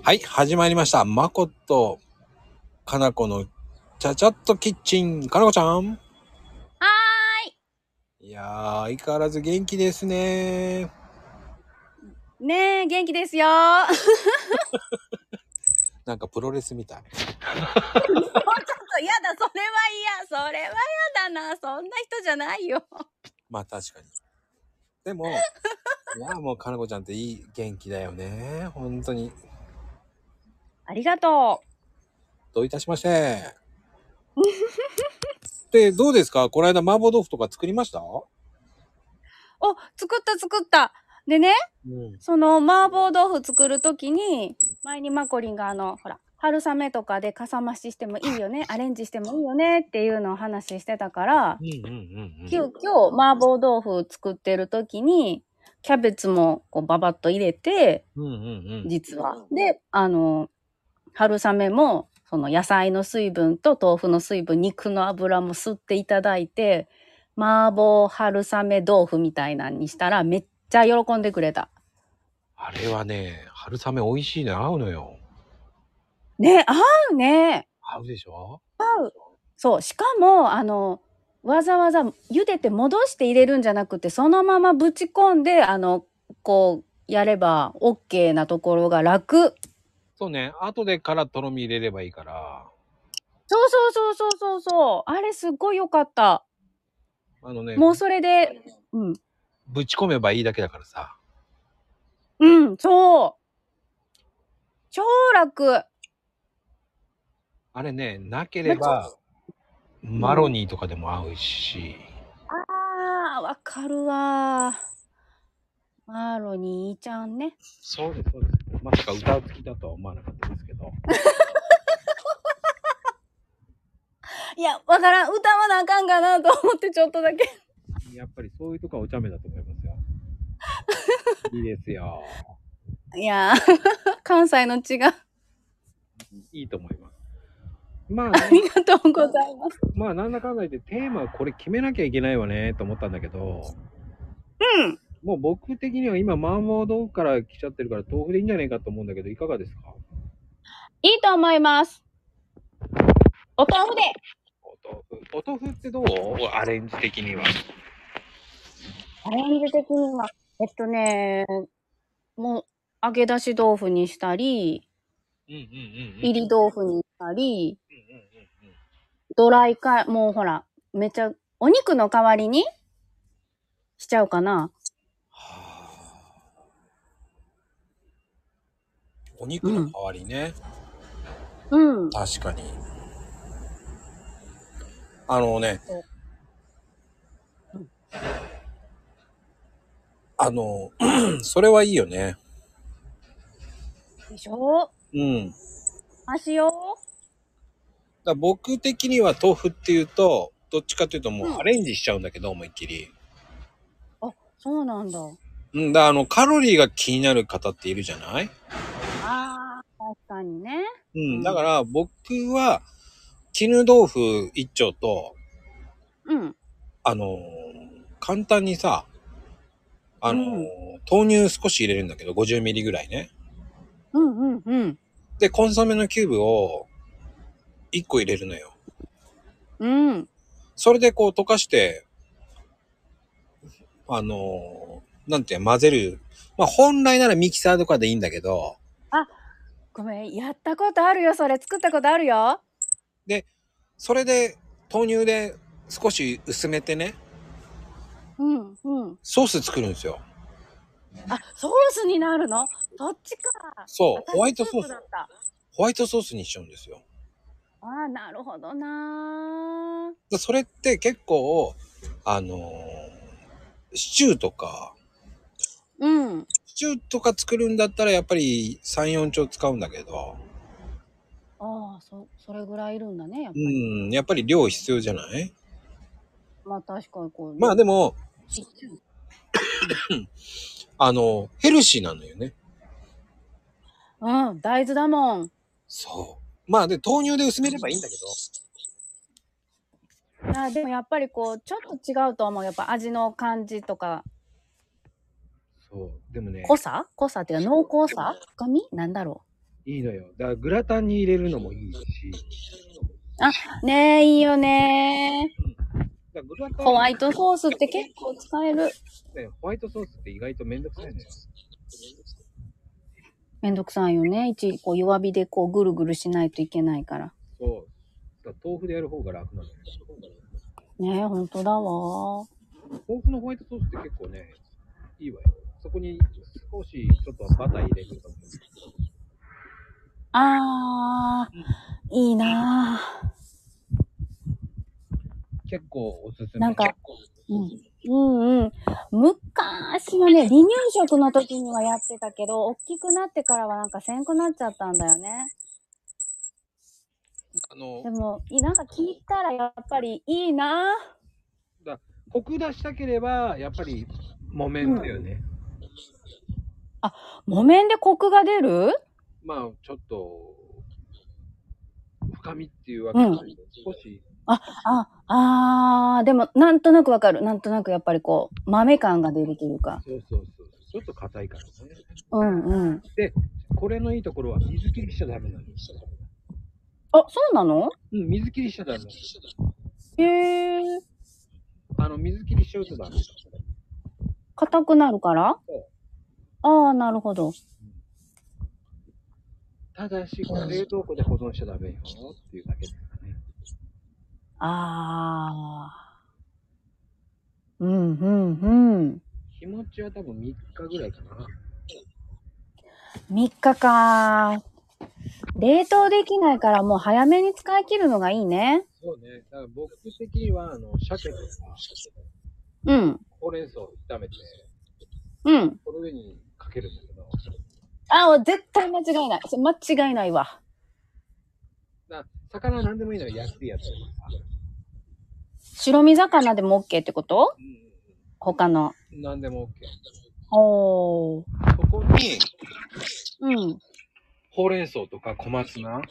はい、始まりました。まことかなこのちゃちゃっとキッチン。かなこちゃん。いやー、相変わらず元気ですね。 ねえ、元気ですよ。 なんかプロレスみたい。 もうちょっとやだ、それは嫌。それは嫌だな。そんな人じゃないよ。 まあ確かに。でも、いやもうかなこちゃんっていい元気だよね。本当に。 ありがとどういたしまして。で、どうですか？この間麻婆豆腐とか作りました？ お、作った。でね、 うん。 その麻婆豆腐作るときに、前にマコリンがほら、春雨とかでかさ増ししてもいいよね、アレンジしてもいいよねっていうのを話してたから、急遽麻婆豆腐作ってるときに、キャベツもこうババッと入れて、実は。で、春雨も、その野菜の水分と豆腐の水分、肉の油も吸っていただいて、麻婆春雨豆腐みたいなのにしたらめっちゃ喜んでくれた。 あれはね、春雨美味しいね。合うのよ。 ね、合うね。 合うでしょ？ 合う。そう。しかも、わざわざ茹でて戻して入れるんじゃなくて、そのままぶち込んで、こう、やれば OK なところが楽。 そうね。後でからとろみ入れればいいから。 そう。あれすっごい良かった。 あのね、 もうそれで、うん。 ぶち込めばいいだけだからさ。 うん、そう。超楽。 あれね、なければ、マロニーとかでも合うし。 あー、わかるわ。マロニーちゃんね。 そうです。まさか歌う付きだとは思わなかったですけど。 いや、わからん。歌わなあかんかなと思ってちょっとだけ。 やっぱりそういうとこはお茶目だと思いますよ。いいですよ。 いや関西の血が。 いいと思います。まあ、 ありがとうございます。 まあなんだかんだ言ってテーマはこれ決めなきゃいけないわねと思ったんだけど、 うん。 もう僕的には今麻婆豆腐から来ちゃってるから豆腐でいいんじゃないかと思うんだけど、いかがですか？ いいと思います。お豆腐で。 お豆腐ってどう？アレンジ的には。 アレンジ的には、もう、揚げ出し豆腐にしたり、入り豆腐にしたり、ドライか、もうほら、めっちゃ、お肉の代わりにしちゃうかな。 お肉の代わりね。 うん。 確かに。あのね、それはいいよね。 でしょ？ うん。 足よ。 だ僕的には豆腐っていうと、どっちかというともうアレンジしちゃうんだけど、思いっきり。 あ、そうなんだ。 うん、カロリーが気になる方っているじゃない？ ああ、確かにね。 うん、だから僕は、絹豆腐一丁と、 うん。 あのー簡単にさ、 うん。 豆乳少し入れるんだけど、50ミリぐらいね。 うん。 で、コンソメのキューブを1個入れるのよ。 うん。 それでこう溶かして、なんていうの混ぜる。まあ本来ならミキサーとかでいいんだけど、 あ、ごめん。やったことあるよ、それ。作ったことあるよ。 で、それで豆乳で少し薄めてね、 うん。 ソース作るんですよ。 あ、ソースになるの？そっちか。 そう、ホワイ私スートソース。 プだった。 ホワイトソースにしちゃうんですよ。 ああ、なるほどな。 でそれって結構、あのーシチューとか、 うん。 シチューとか作るんだったらやっぱり3、4丁使うんだけど、 ああ、それぐらいいるんだね、やっうぱり。 ん、やっぱり量必要じゃない？ まあ確かにこうね。 まあでも、 シチュー。 ヘルシーなのよね。 うん、大豆だもん。 そう。まあで、豆乳で薄めればいいんだけど、 あ、でもやっぱりこう、ちょっと違うと思う。やっぱ味の感じとか、 そう。でもね、 濃さっていうか濃厚さ深みなんだろいいのよ。だからグラタンに入れるのもいいし。 ねえ、いいよね。 だからグラタンホワイトソースって結構使える。 ね、ホワイトソースって意外とめんどくさいのよ。 めんどくさいよね。こう弱火でこうぐるぐるしないといけないから。 そう。だから豆腐でやる方が楽なのよ。 ねえ、ほんとだわ。 豆腐のホワイトソースって結構ね、いいわよ。そこに少しちょっとバター入れると。 いいなぁ。 結構おすすめ。 なんか、昔はね、離乳食の時にはやってたけど、大きくなってからはなんかせんくなっちゃったんだよね。でも、なんか聞いたらやっぱりいいなぁ。 コク出したければ、やっぱり木綿だよね。 木綿でコクが出る？ まあ、ちょっと、深みっていうわけじゃないけど、少し。 でも、なんとなくわかる。なんとなくやっぱりこう、豆感が出るというか。 そう。ちょっと硬いからね。で、これのいいところは水切りしちゃダメなの。 そうなの？ 水切りしちゃダメ。 へー。 水切りしちゃうとダメ。 硬くなるから？ そう。 なるほど。 ただし、冷凍庫で保存しちゃダメよっていうだけですかね。日持ちは多分3日ぐらいかな。 3日か。冷凍できないからもう早めに使い切るのがいいね。 そうね。だから僕的には、鮭とか、ほうれん草を炒めて、その上にかけるんだけど。 絶対間違いない。間違いないわ。 魚なんでもいいのよ、安いやつとか。 白身魚でも OK ってこと？他の。 なんでも OK。 そこに、ほうれん草とか小松菜。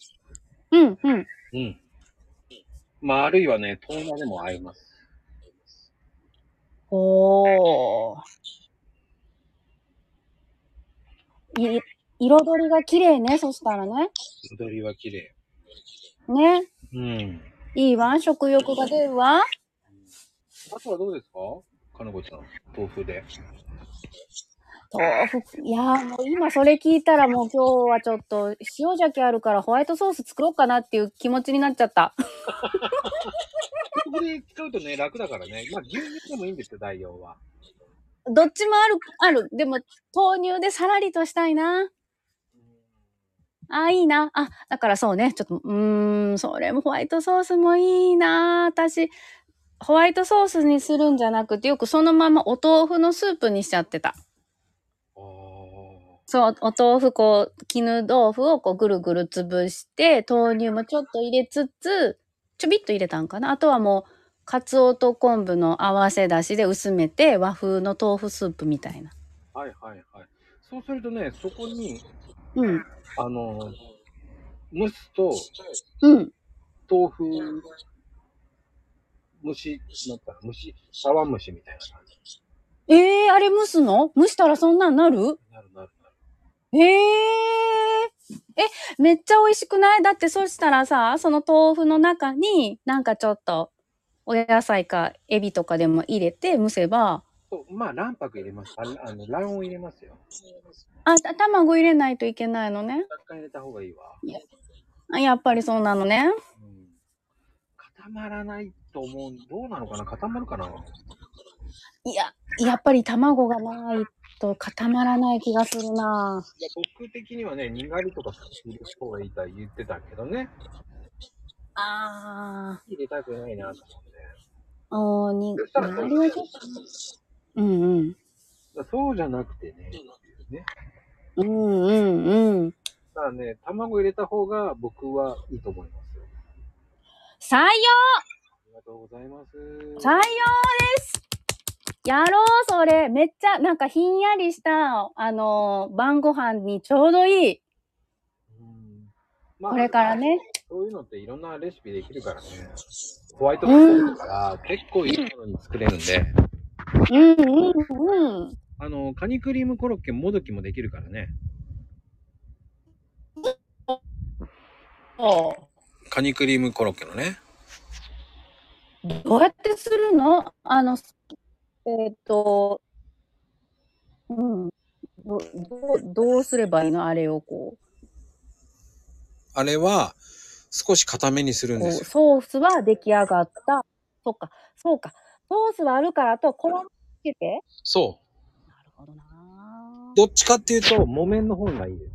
まあ、あるいはね、豆苗でも合います。 彩りが綺麗ね、そしたらね。 彩りは綺麗。 ね。いいわ、食欲が出るわ。 あとはどうですか？かなこちゃん、豆腐で。 豆腐、いやーもう今それ聞いたらもう今日はちょっと塩鮭あるからホワイトソース作ろうかなっていう気持ちになっちゃった。 これ使うとね、楽だからね。まあ牛乳でもいいんですよ、代用は。 どっちもある。でも豆乳でさらりとしたいな。いいな。だからそうね。ちょっと、それもホワイトソースもいいな。私、ホワイトソースにするんじゃなくて、よくそのままお豆腐のスープにしちゃってた。そう、お豆腐絹豆腐をぐるぐる潰して、豆乳もちょっと入れつつ、ちょびっと入れたんかな。あとはもう、カツオと昆布の合わせ出しで薄めて、和風の豆腐スープみたいな。 そうするとね、そこに、蒸すと、豆腐、茶碗蒸しみたいな感じ。 あれ蒸すの？蒸したらそんなんなる？ なる。 めっちゃ美味しくない？だってそしたらさ、その豆腐の中になんかちょっとお野菜かエビとかでも入れて蒸せば。 まあ卵白入れます。卵黄入れますよ。 卵入れないといけないのね。 若干入れた方がいいわ。 やっぱりそうなのね。 固まらないと思う。どうなのかな？固まるかな？ やっぱり卵がないと固まらない気がするな。 僕的にはね、にがりとか入れた方がいいと言ってたけどね。入れたくないなと思って。 にがりはちょっと。 そうじゃなくてね。だからね、卵入れた方が僕はいいと思いますよ。 採用！ありがとうございます。 採用です！やろう、それ。めっちゃ、なんかひんやりした、晩ご飯にちょうどいい。これからね。 そういうのっていろんなレシピできるからね。ホワイトソースから結構いいものに作れるんで。カニクリームコロッケもどきもできるからね。 カニクリームコロッケのね。 どうやってするの？どうすればいいの？あれをこう。 あれは、少し固めにするんですよ。 ソースは出来上がった。そっか。ソースはあるからと、衣つけて？ そう。 なるほどな。 どっちかっていうと、木綿の方がいいです。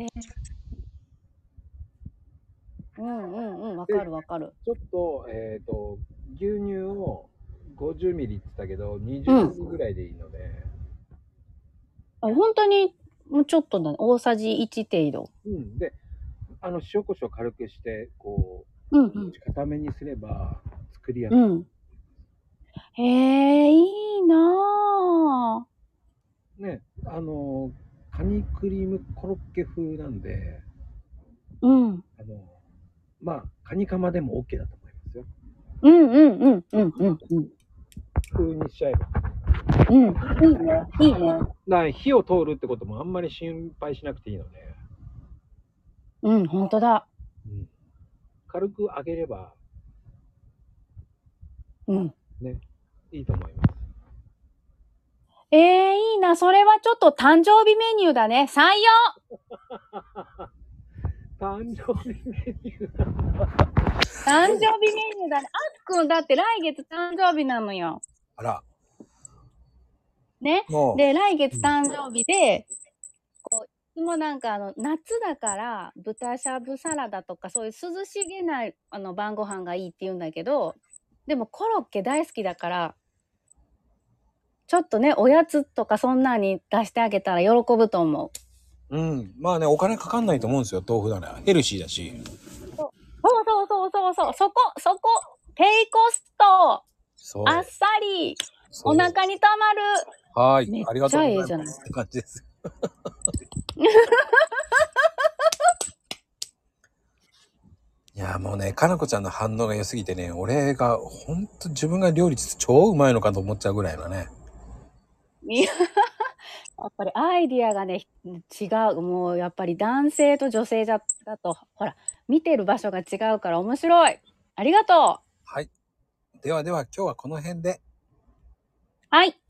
わかるわかる。 ちょっと、牛乳を50ミリって言ったけど、20ミリぐらいでいいので。 本当に、もうちょっとだね。大さじ1程度。 で、塩コショウ軽くして、こう固めにすれば、作りやすい。 へえ、いいなぁ。ね、カニクリームコロッケ風なんで、まあ、カニカマでも OK だと思いますよ。風にしちゃえば。 いいね。 火を通るってこともあんまり心配しなくていいので。 本当だ。 軽く揚げれば、ね、いいと思います。 いいな。それはちょっと誕生日メニューだね。採用誕生日メニュー誕生日メニューだね。あっくんだって来月誕生日なのよ。 あら。 ね。で、来月誕生日で、こう、いつもなんか夏だから、豚しゃぶサラダとか、そういう涼しげな、晩ご飯がいいって言うんだけど、でもコロッケ大好きだから、ちょっとね、おやつとかそんなに出してあげたら喜ぶと思う。まあね、お金かかんないと思うんですよ、豆腐なら。ヘルシーだし。 そう。そこ。低コスト。あっさり。お腹にたまる。 はい。ありがとうございます。 めっちゃええじゃない。 って感じです。いや、もうね、かなこちゃんの反応が良すぎてね、俺が、ほんと自分が料理超うまいのかと思っちゃうぐらいのね。 いや、やっぱりアイディアがね、違う。もうやっぱり男性と女性だと、ほら、見てる場所が違うから面白い。ありがとう。 はい。では今日はこの辺で。 はい。